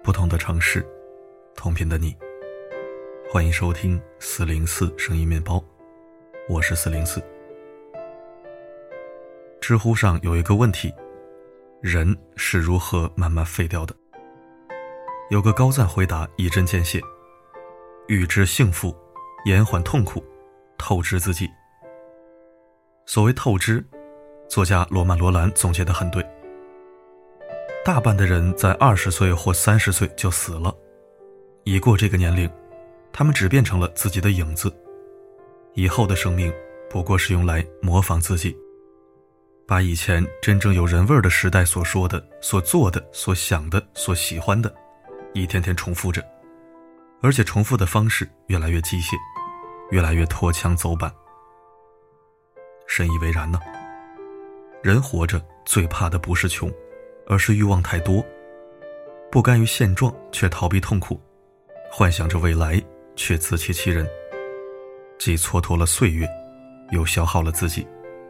不同的城市，同频的你。欢迎收听404声音面包，我是404。知乎上有一个问题，人是如何慢慢废掉的？有个高赞回答一针见血：预知幸福，延缓痛苦，透支自己。所谓透支，作家罗曼·罗兰总结得很对。大半的人在20岁或30岁就死了，一过这个年龄，他们只变成了自己的影子，以后的生命不过是用来模仿自己，把以前真正有人味的时代所说的、所做的、所想的、所喜欢的，一天天重复着，而且重复的方式越来越机械，越来越脱枪走板。深以为然呢。人活着最怕的不是穷，而是欲望太多，不甘于现状却逃避痛苦，幻想着未来却自欺欺人，既蹉跎了岁月，又消耗了自己。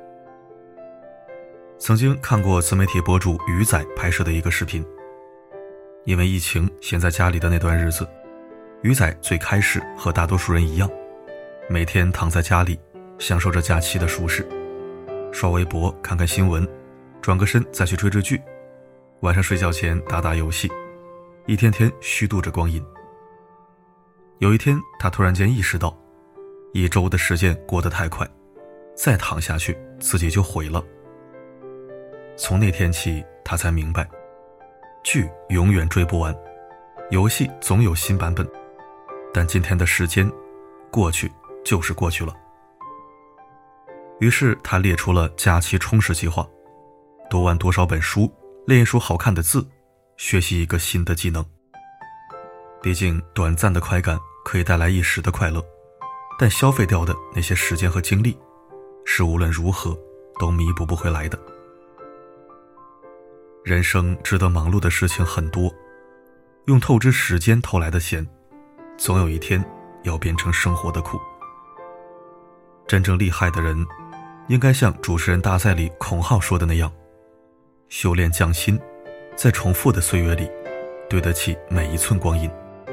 曾经看过自媒体博主鱼仔拍摄的一个视频，因为疫情闲在家里的那段日子，鱼仔最开始和大多数人一样，每天躺在家里享受着假期的舒适，刷微博看看新闻，转个身再去追追剧，晚上睡觉前打打游戏，一天天虚度着光阴。有一天他突然间意识到，一周的时间过得太快，再躺下去自己就毁了。从那天起他才明白，剧永远追不完，游戏总有新版本，但今天的时间过去就是过去了。于是他列出了假期充实计划，读完多少本书，练一手好看的字，学习一个新的技能。毕竟短暂的快感可以带来一时的快乐，但消费掉的那些时间和精力，是无论如何都弥补不回来的。人生值得忙碌的事情很多，用透支时间偷来的钱，总有一天要变成生活的苦。真正厉害的人，应该像主持人大赛里孔浩说的那样，修炼匠心，在重复的岁月里对得起每一寸光阴。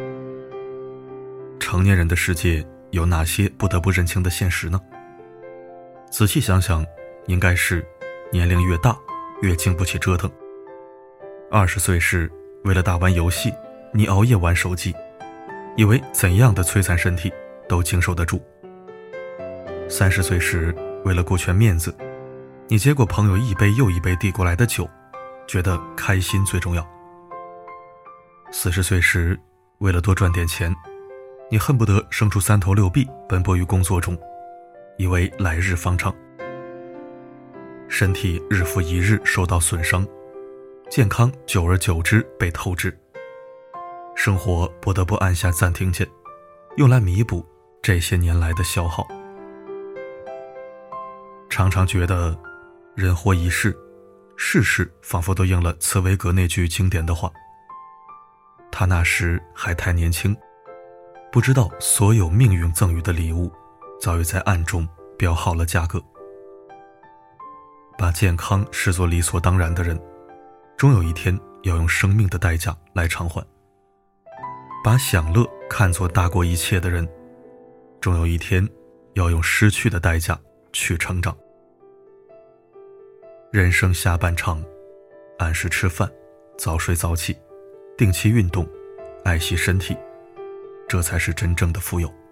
成年人的世界有哪些不得不认清的现实呢？仔细想想，应该是年龄越大越经不起折腾。20岁时为了打完游戏，你熬夜玩手机，以为怎样的摧残身体都经受得住。30岁时为了顾全面子，你接过朋友一杯又一杯递过来的酒，觉得开心最重要。40岁时为了多赚点钱，你恨不得生出3头6臂奔波于工作中，以为来日方长。身体日复一日受到损伤，健康久而久之被透支，生活不得不按下暂停键，用来弥补这些年来的消耗。常常觉得人活一世，世事仿佛都应了茨威格那句经典的话，他那时还太年轻，不知道所有命运赠予的礼物早已在暗中标好了价格。把健康视作理所当然的人，终有一天要用生命的代价来偿还。把享乐看作大过一切的人，终有一天要用失去的代价去成长。人生下半场，按时吃饭，早睡早起，定期运动，爱惜身体，这才是真正的富有。《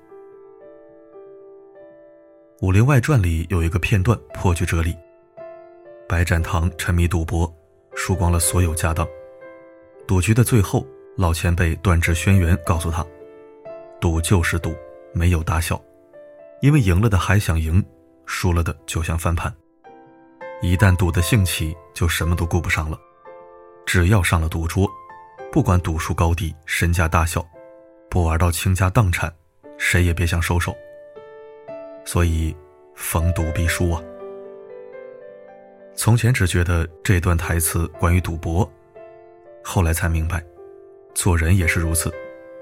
武林外传》里有一个片段颇具哲理，白展堂沉迷赌博，输光了所有家当。赌局的最后，老前辈断指轩辕告诉他，赌就是赌，没有大小，因为赢了的还想赢，输了的就想翻盘。一旦赌得兴起，就什么都顾不上了。只要上了赌桌，不管赌输高低，身家大小，不玩到倾家荡产，谁也别想收手。所以逢赌必输啊。从前只觉得这段台词关于赌博，后来才明白，做人也是如此。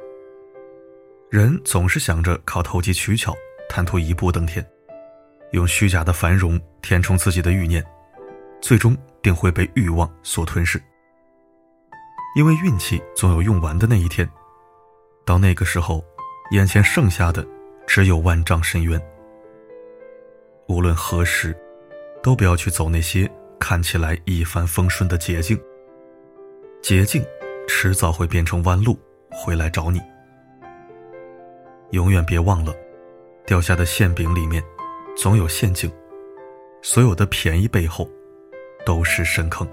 人总是想着靠投机取巧，贪图一步登天，用虚假的繁荣填充自己的欲念，最终定会被欲望所吞噬。 因为运气总有用完的那一天，到那个时候，眼前剩下的只有万丈深渊。无论何时，都不要去走那些看起来一帆风顺的捷径，捷径迟早会变成弯路回来找你。永远别忘了，掉下的馅饼里面总有陷阱，所有的便宜背后都是深坑。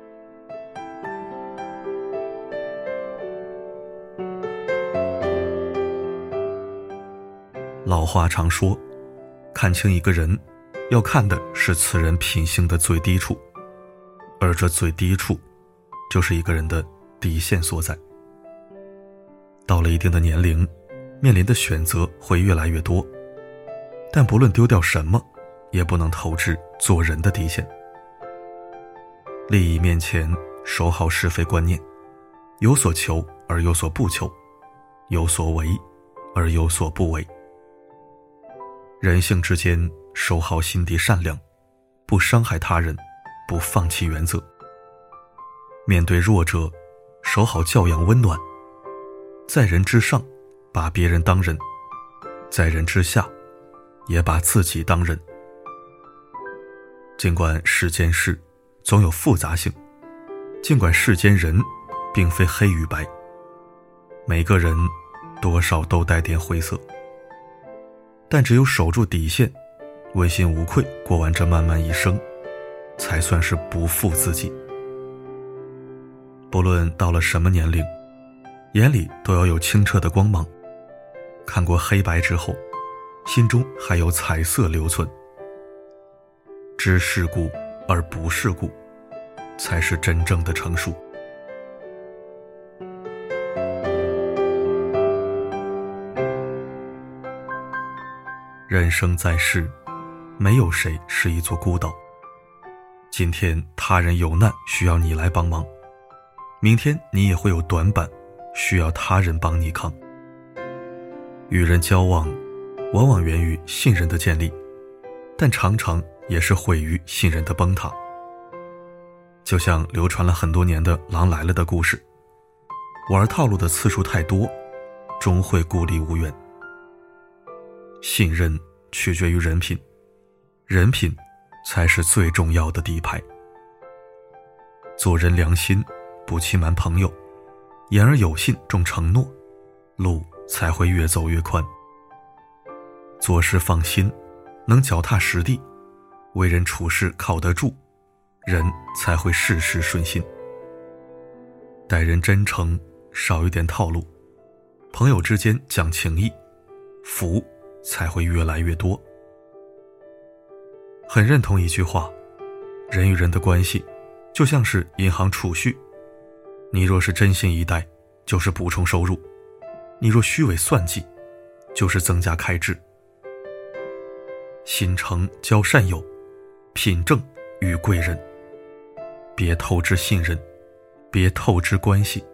老话常说，看清一个人，要看的是此人品性的最低处，而这最低处，就是一个人的底线所在。到了一定的年龄，面临的选择会越来越多，但不论丢掉什么，也不能透支做人的底线。利益面前，守好是非观念，有所求而有所不求，有所为而有所不为。人性之间，守好心底善良，不伤害他人，不放弃原则。面对弱者，守好教养温暖，在人之上，把别人当人，在人之下，也把自己当人。尽管世间事总有复杂性，尽管世间人并非黑与白，每个人多少都带点灰色，但只有守住底线，问心无愧过完这漫漫一生，才算是不负自己。不论到了什么年龄，眼里都要有清澈的光芒，看过黑白之后，心中还有彩色留存。知世故而不世故，才是真正的成熟。人生在世，没有谁是一座孤岛。今天他人有难需要你来帮忙，明天你也会有短板需要他人帮你扛。与人交往往往源于信任的建立，但常常也是毁于信任的崩塌。就像流传了很多年的狼来了的故事，玩套路的次数太多，终会孤立无援。信任取决于人品，人品才是最重要的底牌。做人良心，不欺瞒朋友，言而有信，重承诺，路才会越走越宽。做事放心，能脚踏实地，为人处事靠得住，人才会事事顺心。待人真诚，少一点套路，朋友之间讲情义，福才会越来越多。很认同一句话，人与人的关系就像是银行储蓄，你若是真心以待，就是补充收入；你若虚伪算计，就是增加开支。心诚交善友，品正遇贵人，别透支信任，别透支关系。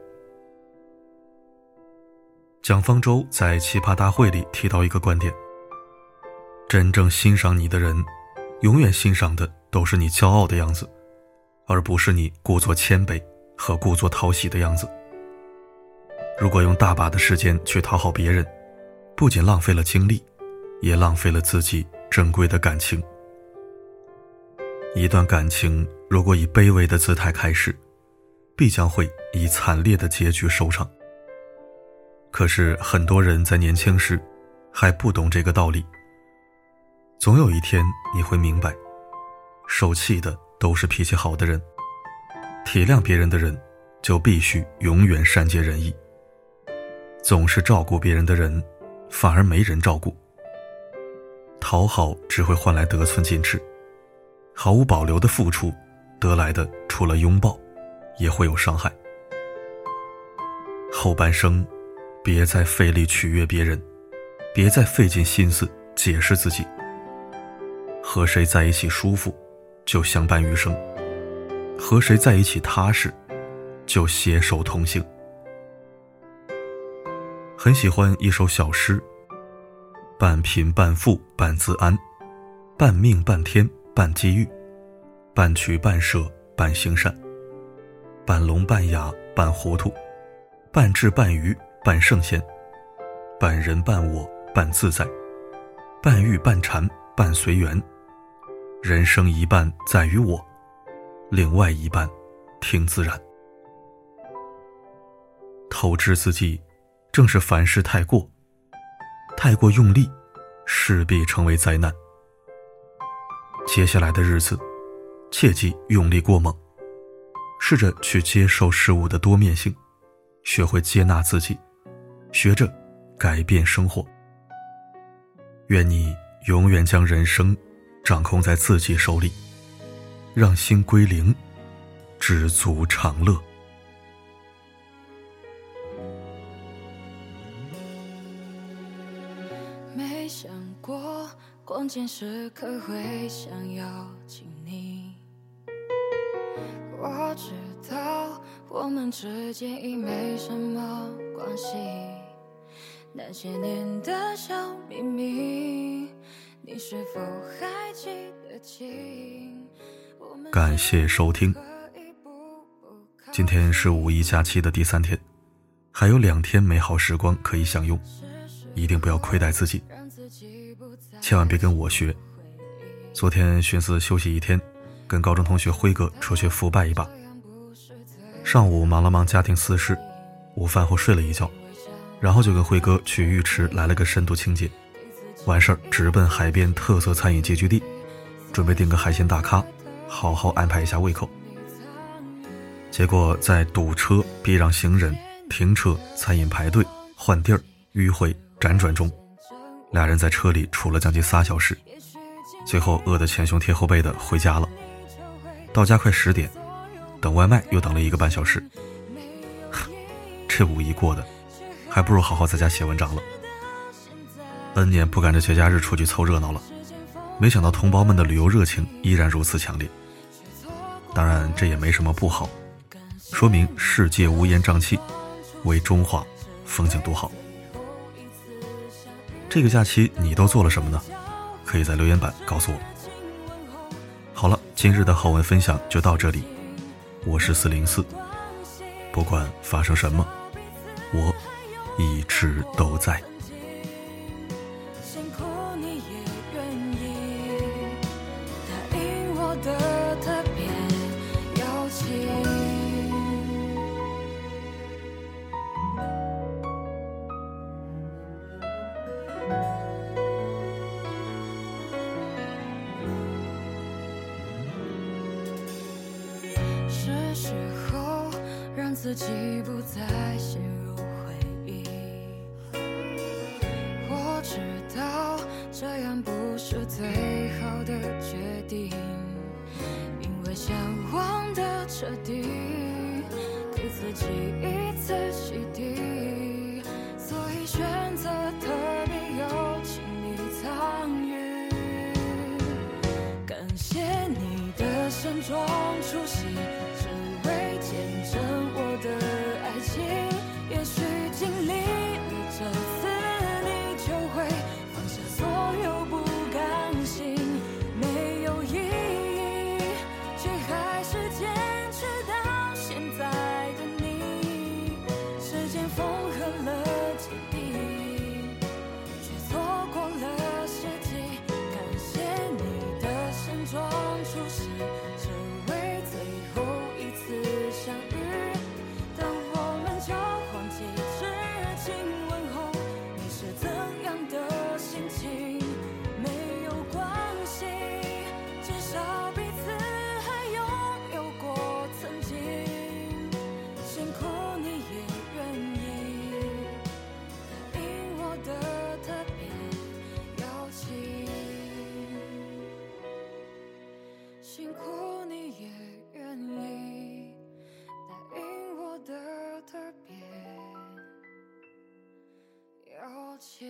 蒋方舟在奇葩大会里提到一个观点，真正欣赏你的人，永远欣赏的都是你骄傲的样子，而不是你故作谦卑和故作讨喜的样子。如果用大把的时间去讨好别人，不仅浪费了精力，也浪费了自己珍贵的感情。一段感情如果以卑微的姿态开始，必将会以惨烈的结局收场。可是很多人在年轻时还不懂这个道理，总有一天你会明白，受气的都是脾气好的人，体谅别人的人就必须永远善解人意，总是照顾别人的人反而没人照顾。讨好只会换来得寸进尺，毫无保留的付出得来的除了拥抱也会有伤害。后半生别再费力取悦别人，别再费尽心思解释自己。和谁在一起舒服，就相伴余生；和谁在一起踏实，就携手同行。很喜欢一首小诗，半贫半富半自安，半命半天半机遇，半取半舍半行善。 半聋半哑半糊涂，半智半愚半圣贤，半人半我半自在，半欲半禅半随缘。人生一半在于我，另外一半听自然。透支自己，正是凡事太过，太过用力，势必成为灾难。接下来的日子，切忌用力过猛，试着去接受事物的多面性，学会接纳自己，学着改变生活。愿你永远将人生掌控在自己手里，让心归零，知足常乐。 没想过关键时刻会想要亲你，我知道我们之间已没什么关系，那些年的小秘密，你是否还记得清？ 感谢收听。今天是五一假期的第3天，还有2天美好时光可以享用，一定不要亏待自己，千万别跟我学。昨天寻思休息1天，跟高中同学辉哥出去腐败一把。上午忙了忙家庭私事，午饭后睡了一觉，然后就跟辉哥去浴池来了个深度清洁，完事儿直奔海边特色餐饮集聚地，准备订个海鲜大咖，好好安排一下胃口。结果在堵车、避让行人、停车、餐饮排队、换地儿、迂回、辗转中，2人在车里处了将近3小时，最后饿得前胸贴后背的回家了。到家快10点，等外卖又等了1个半小时。这五一过的，还不如好好在家写文章了。N 年不赶着节假日出去凑热闹了，没想到同胞们的旅游热情依然如此强烈。当然这也没什么不好，说明世界乌烟瘴气，为中华风景独好。这个假期你都做了什么呢？可以在留言板告诉我。好了，今日的好文分享就到这里，我是404，不管发生什么，我一直都在。 辛苦你也愿意答应我的特别邀请。是时候让自己不再陷入回忆，我知道这样不是最好的决定，因为想忘得彻底，给自己一次洗涤，所以选择特别邀请你参与。感谢你的慎重出席，只为见证我的爱情。也许经历了这次，你就会放下所有不甘心，没有意义，却还是坚持到现在的你。时间缝合了结底，却错过了时机。感谢你的慎重出席，只为最后一次相遇。当我们交换几次亲吻后，你是怎样的心情？没有关系，至少彼此还拥有过曾经。辛苦你也愿意答应我的特别邀请，辛苦你也愿意答应我的特别邀请。